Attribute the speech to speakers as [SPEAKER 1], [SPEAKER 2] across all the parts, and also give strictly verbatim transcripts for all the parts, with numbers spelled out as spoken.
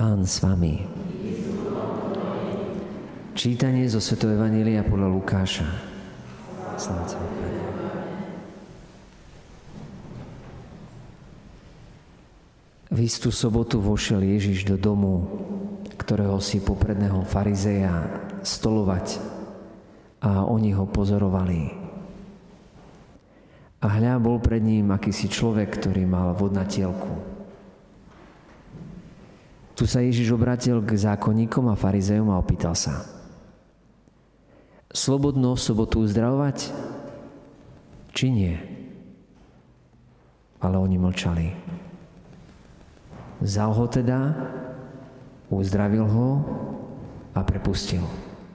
[SPEAKER 1] Pán s vami. Čítanie zo svätého evanjelia podľa Lukáša. Sláva Tebe, Pane. V istú sobotu vošiel Ježiš do domu, ktorého si popredného farizeja stolovať, a oni ho pozorovali. A hľa, bol pred ním akýsi človek, ktorý mal vodnatielku. Tu sa Ježiš obrátil k zákonníkom a farizejom a opýtal sa: slobodno v sobotu uzdravovať, či nie? Ale oni mlčali. Vzal ho teda, uzdravil ho a prepustil.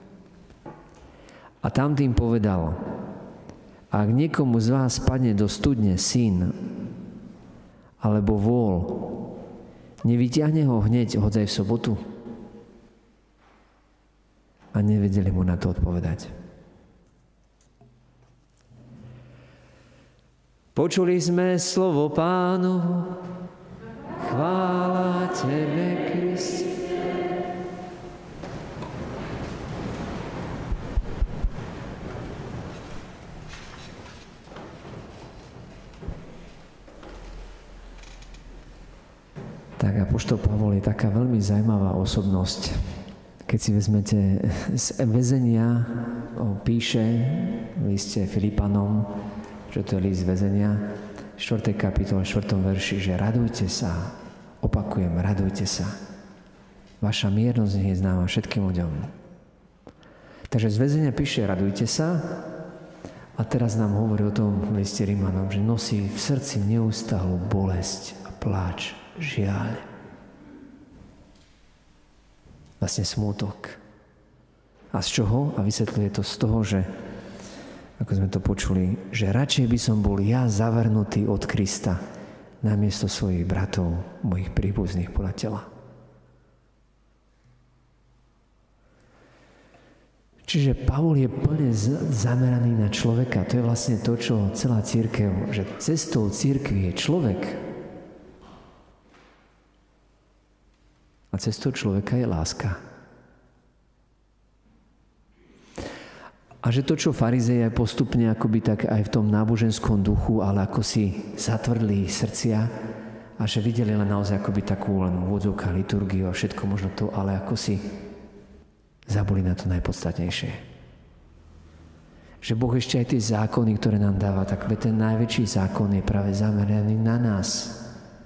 [SPEAKER 1] A tam tým povedal: ak niekomu z vás padne do studne syn alebo vôl, nevyťahne ho hneď, hoď aj v sobotu? A nevedeli mu na to odpovedať. Počuli sme slovo Pánovo. Chvála Tebe, Kriste. Tak apoštol Pavol je taká veľmi zaujímavá osobnosť. Keď si vezmete z väzenia, píše v liste Filipanom, že to je list väzenia, štvrtej kapitole, štvrtom verši, že radujte sa, opakujem, radujte sa. Vaša miernosť je známa všetkým ľuďom. Takže z väzenia píše radujte sa, a teraz nám hovorí o tom v liste Rimanom, že nosí v srdci neustálu bolesť a pláč, žiaľ. Vlastne smútok. A z čoho? A vysvetľuje to z toho, že, ako sme to počuli, že radšej by som bol ja zavrnutý od Krista namiesto svojich bratov, mojich príbuzných podľa tela. Čiže Pavol je plne zameraný na človeka. To je vlastne to, čo celá cirkev, že cestou cirkvi je človek. A cestou človeka je láska. A že to, čo farizeji postupne akoby tak aj v tom náboženskom duchu, ale ako si zatvrdli srdcia a že videli len naozaj akoby takú len úvodzovka, liturgiu a všetko možno to, ale ako si zabuli na to najpodstatnejšie. Že Boh ešte aj tie zákony, ktoré nám dáva, tak ten najväčší zákon je práve zameraný na nás.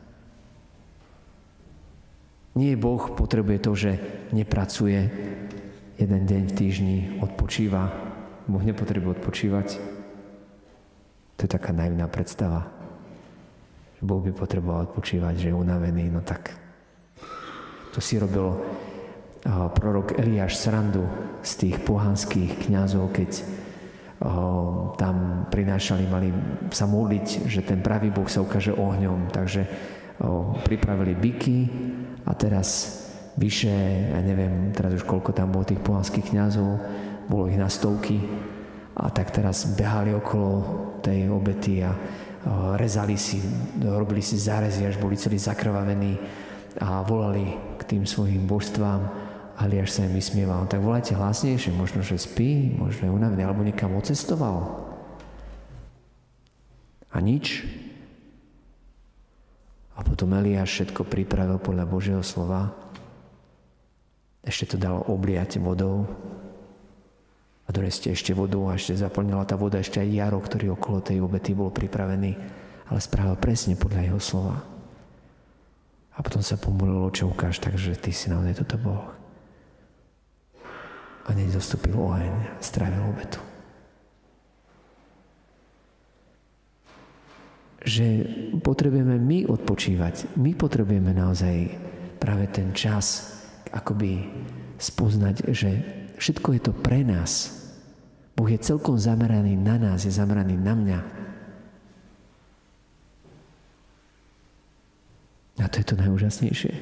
[SPEAKER 1] Nie Boh potrebuje to, že nepracuje jeden deň v týždni, odpočíva. Boh nepotrebuje odpočívať. To je taká naivná predstava. Boh by potreboval odpočívať, že je unavený. No tak to si robil prorok Eliáš srandu z tých pohanských kňazov, keď tam prinášali, mali sa modliť, že ten pravý Boh sa ukáže ohňom. Takže pripravili byky a teraz vyše, ja neviem, teraz už koľko tam bolo tých pohanských kňazov, bolo ich na stovky, a tak teraz behali okolo tej obety a rezali si, robili si zárezy, až boli celí zakrvavení a volali k tým svojim božstvám, a Eliáš sa im vysmieval. Tak volajte hlasnejšie, možno, že spí, možno je unavený, alebo niekam odcestoval. A nič. A potom Eliáš všetko pripravil podľa Božieho slova. Ešte to dal obliať vodou. A donesť ešte vodu a ešte zaplnila tá voda ešte aj jarok, ktorý okolo tej obety bol pripravený. Ale spravil presne podľa jeho slova. A potom sa pomolilo, čo ukáž, takže ty si naozaj toto Boh. A hneď zostúpil oheň, strávil obetu. Že potrebujeme my odpočívať. My potrebujeme naozaj práve ten čas akoby spoznať, že všetko je to pre nás. Boh je celkom zameraný na nás, je zameraný na mňa. A to je to najúžasnejšie.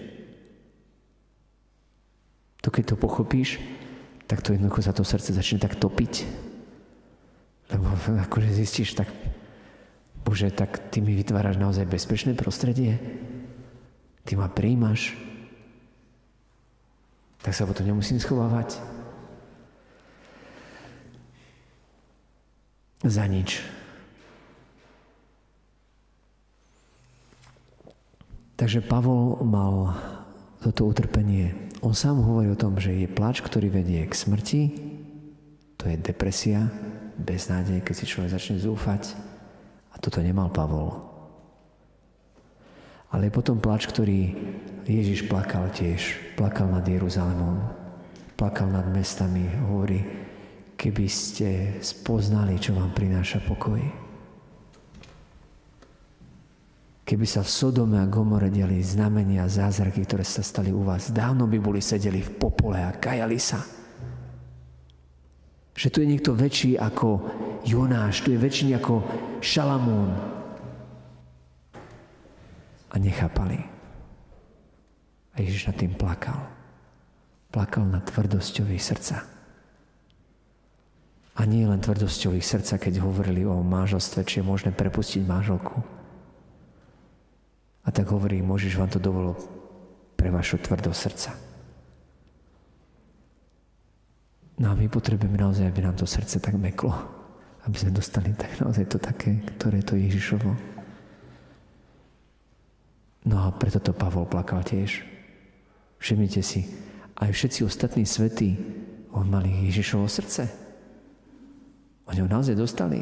[SPEAKER 1] To keď to pochopíš, tak to jednoducho sa to srdce začne tak topiť. Lebo akože zistíš, tak Bože, tak ty mi vytváraš naozaj bezpečné prostredie. Ty ma prijímaš. Tak sa potom nemusím schovávať. Za nič. Takže Pavol mal toto utrpenie. On sám hovorí o tom, že je plač, ktorý vedie k smrti. To je depresia, beznádej, keď si človek začne zúfať. A toto nemal Pavol. Ale potom plač, ktorý Ježiš plakal tiež. Plakal nad Jeruzalémom. Plakal nad mestami. Hovorí, keby ste spoznali, čo vám prináša pokoj. Keby sa v Sodome a Gomore diali znamenia a zázraky, ktoré sa stali u vás, dávno by boli sedeli v popole a kajali sa. Že tu je niekto väčší ako Jonáš, tu je väčší ako Šalamún. A nechápali. A Ježiš nad tým plakal. Plakal nad tvrdosťou ich srdca. A nie len tvrdosťou ich srdca, keď hovorili o manželstve, či je možné prepustiť manželku. A tak hovorí, Mojžiš vám to dovolil pre vašu tvrdosť srdca. No a my potrebujeme naozaj, aby nám to srdce tak meklo. Aby sme dostali tak naozaj to také, ktoré to Ježišovo. No a preto to Pavol plakal tiež. Všimnite si, aj všetci ostatní svätí, on mali Ježišovo srdce. Oni ho naozaj dostali.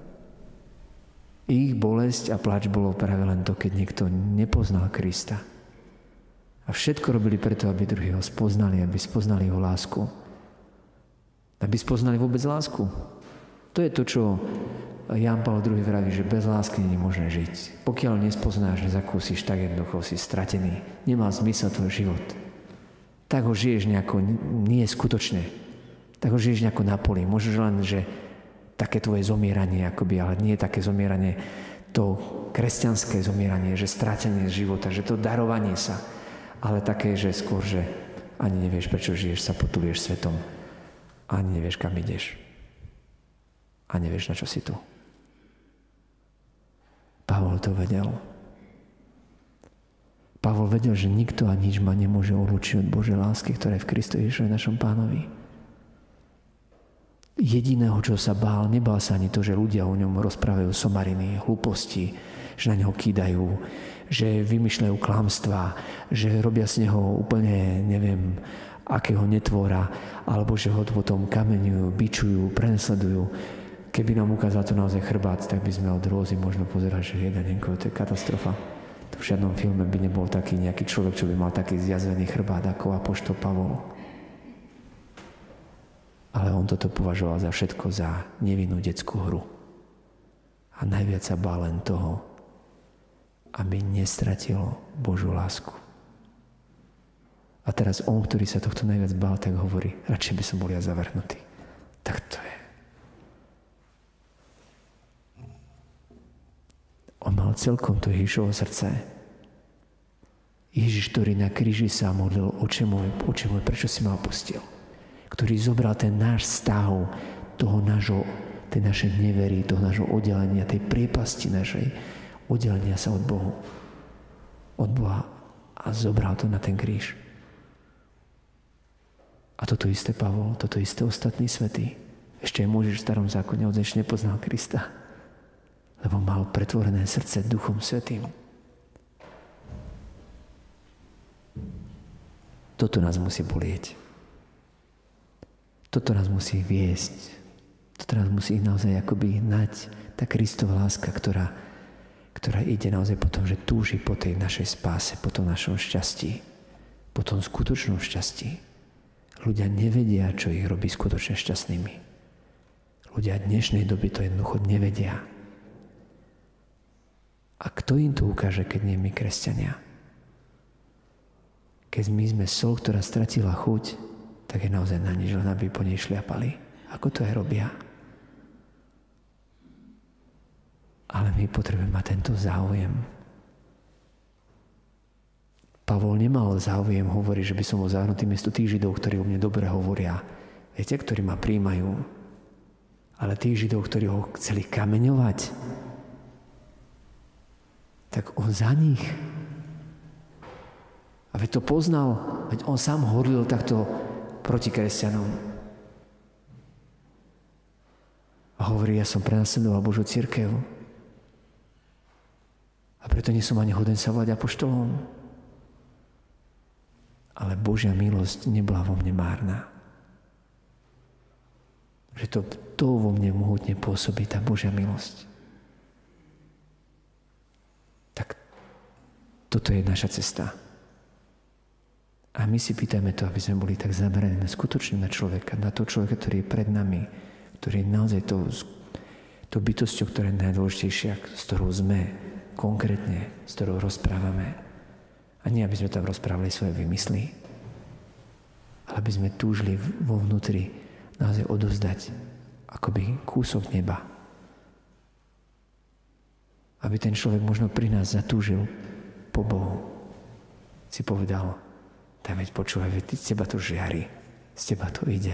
[SPEAKER 1] Ich bolesť a pláč bolo práve len to, keď niekto nepoznal Krista. A všetko robili preto, aby druhý ho spoznali, aby spoznali jeho lásku. Aby spoznali vôbec lásku. To je to, čo Ján Pavol druhý vraví, že bez lásky nie je možné žiť. Pokiaľ nespoznáš, nezakúsiš, tak jednoducho si stratený. Nemá zmysel tvoj život. Tak ho žiješ nejako nie skutočne. Tak ho žiješ nejako na poli. Môžeš len, že také tvoje zomieranie, akoby, ale nie je také zomieranie, to kresťanské zomieranie, že stratenie života, že to darovanie sa, ale také, že skôr, že ani nevieš, prečo žiješ, sa potuluješ svetom, ani nevieš, kam ideš a nevieš, na čo si tu. Pavol to vedel. Pavol vedel, že nikto a nič ma nemôže odlučiť od Božej lásky, ktorá je v Kristu Ježišovi našom Pánovi. Jediného, čo sa bál, nebál sa ani to, že ľudia o ňom rozprávajú somariny, hlúposti, že na neho kýdajú, že vymýšľajú klamstvá, že robia z neho úplne, neviem, akého netvora, alebo že ho potom kameňujú, bičujú, prenasledujú. Keby nám ukázal to naozaj chrbát, tak by sme od rôzy možno pozerať, že jeden denko, to je katastrofa. To v žiadnom filme by nebol taký nejaký človek, čo by mal taký zjazvený chrbát ako apoštol Pavol. Ale on toto považoval za všetko za nevinnú detskú hru. A najviac sa bál len toho, aby nestratilo Božiu lásku. A teraz on, ktorý sa tohto najviac bál, tak hovorí, radšej by som bol ja zavrhnutý. Tak to je. On mal celkom to Ježišovo srdce. Ježiš, ktorý na kríži sa modlil, oče môj, oče môj, prečo si ma opustil? Ktorý zobral ten náš stav, toho nášho, tej našej nevery, toho nášho oddelenia, tej priepasti našej oddelenia sa od Bohu. Od Boha a zobral to na ten kríž. A toto isté Pavol, toto isté ostatní svätí. Ešte aj Mojžiš v starom zákone odzaj nepoznal Krista, lebo mal pretvorené srdce Duchom Svätým. Toto nás musí bolieť. Toto nás musí viesť. Toto nás musí naozaj akoby hnať tá Kristova láska, ktorá, ktorá ide naozaj po tom, že túži po tej našej spáse, po tom našom šťastí, po tom skutočnom šťastí. Ľudia nevedia, čo ich robí skutočne šťastnými. Ľudia dnešnej doby to jednoducho nevedia. A kto im to ukáže, keď nie my, kresťania? Keď my sme sol, ktorá stratila chuť, tak je naozaj na nič, len aby po nej šliapali. Ako to aj robia. Ale my potrebujeme mať tento záujem. Pavol nemal záujem hovoriť, že by som bol zavrhnutý miesto tých Židov, ktorí o mne dobre hovoria. Viete, ktorí ma prijímajú. Ale tých Židov, ktorí ho chceli kameňovať, tak on za nich. A veď to poznal. Veď on sám horlil takto proti kresťanom. A hovorí, ja som prenasledoval Božiu cirkev. A preto nie som ani hoden sa volať apoštolom. Ale Božia milosť nebola vo mne márna. Že to, to vo mne mohutne pôsobí, tá Božia milosť. Tak toto je naša cesta. A my si pýtajme to, aby sme boli tak zameraní na skutočne na človeka, na toho človeka, ktorý je pred nami, ktorý je naozaj tou, tou bytosťou, ktorá je najdôležitejšia, s ktorou sme konkrétne, s ktorou rozprávame. A nie, aby sme tam rozprávali svoje vymysly, ale aby sme túžili vo vnútri naozaj odovzdať akoby kúsok neba. Aby ten človek možno pri nás zatúžil po Bohu. Si povedal, tak veď počúvaj, veď z teba to žiari, z teba to ide.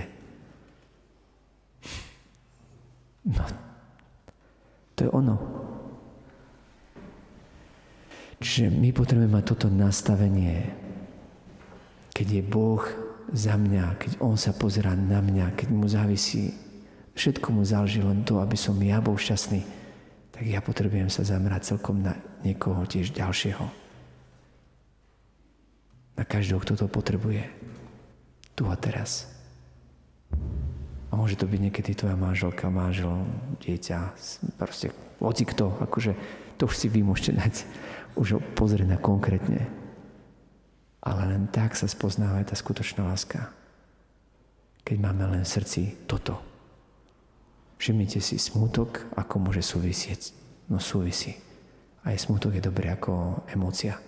[SPEAKER 1] No, to je ono. Čiže my potrebujeme mať toto nastavenie, keď je Boh za mňa, keď On sa pozerá na mňa, keď mu závisí, všetko mu záleží len to, aby som ja bol šťastný, tak ja potrebujem sa zamerať celkom na niekoho tiež ďalšieho. Na každého, kto to potrebuje. Tu a teraz. A môže to byť niekedy tvoja manželka, manžel, dieťa, proste hoci kto, akože to už si vy môžete dať, už ho pozrieť na konkrétne. Ale len tak sa spoznáva tá skutočná láska. Keď máme len v srdci toto. Všimnite si, smútok, ako môže súvisieť. No súvisí. Aj smútok je dobrý ako emócia.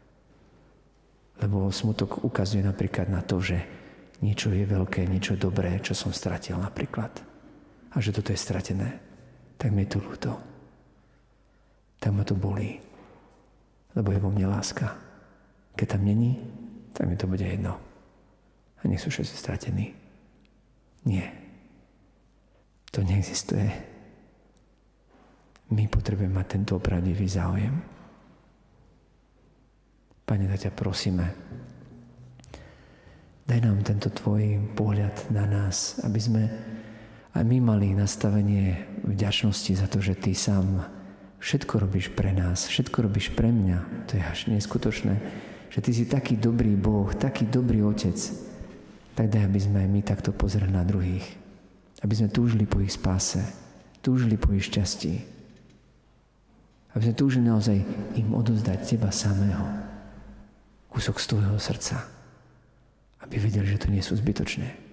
[SPEAKER 1] Lebo smútok ukazuje napríklad na to, že niečo je veľké, niečo dobré, čo som stratil napríklad. A že toto je stratené. Tak mi je to ľúto. Tak ma to bolí. Lebo je vo mne láska. Keď tam není, tak mi to bude jedno. A nech sú všetci stratení. Nie. To neexistuje. My potrebujeme mať tento opravdivý záujem. Pane, tak ťa prosíme, daj nám tento tvoj pohľad na nás, aby sme aj my mali nastavenie vďačnosti za to, že ty sám všetko robíš pre nás, všetko robíš pre mňa. To je až neskutočné, že ty si taký dobrý Boh, taký dobrý Otec. Tak daj, aby sme aj my takto pozerali na druhých. Aby sme túžili po ich spáse, túžili po ich šťastí. Aby sme túžili naozaj im odovzdať teba samého. Kúsok z tvojho srdca. Aby vedeli, že to nie sú zbytočné.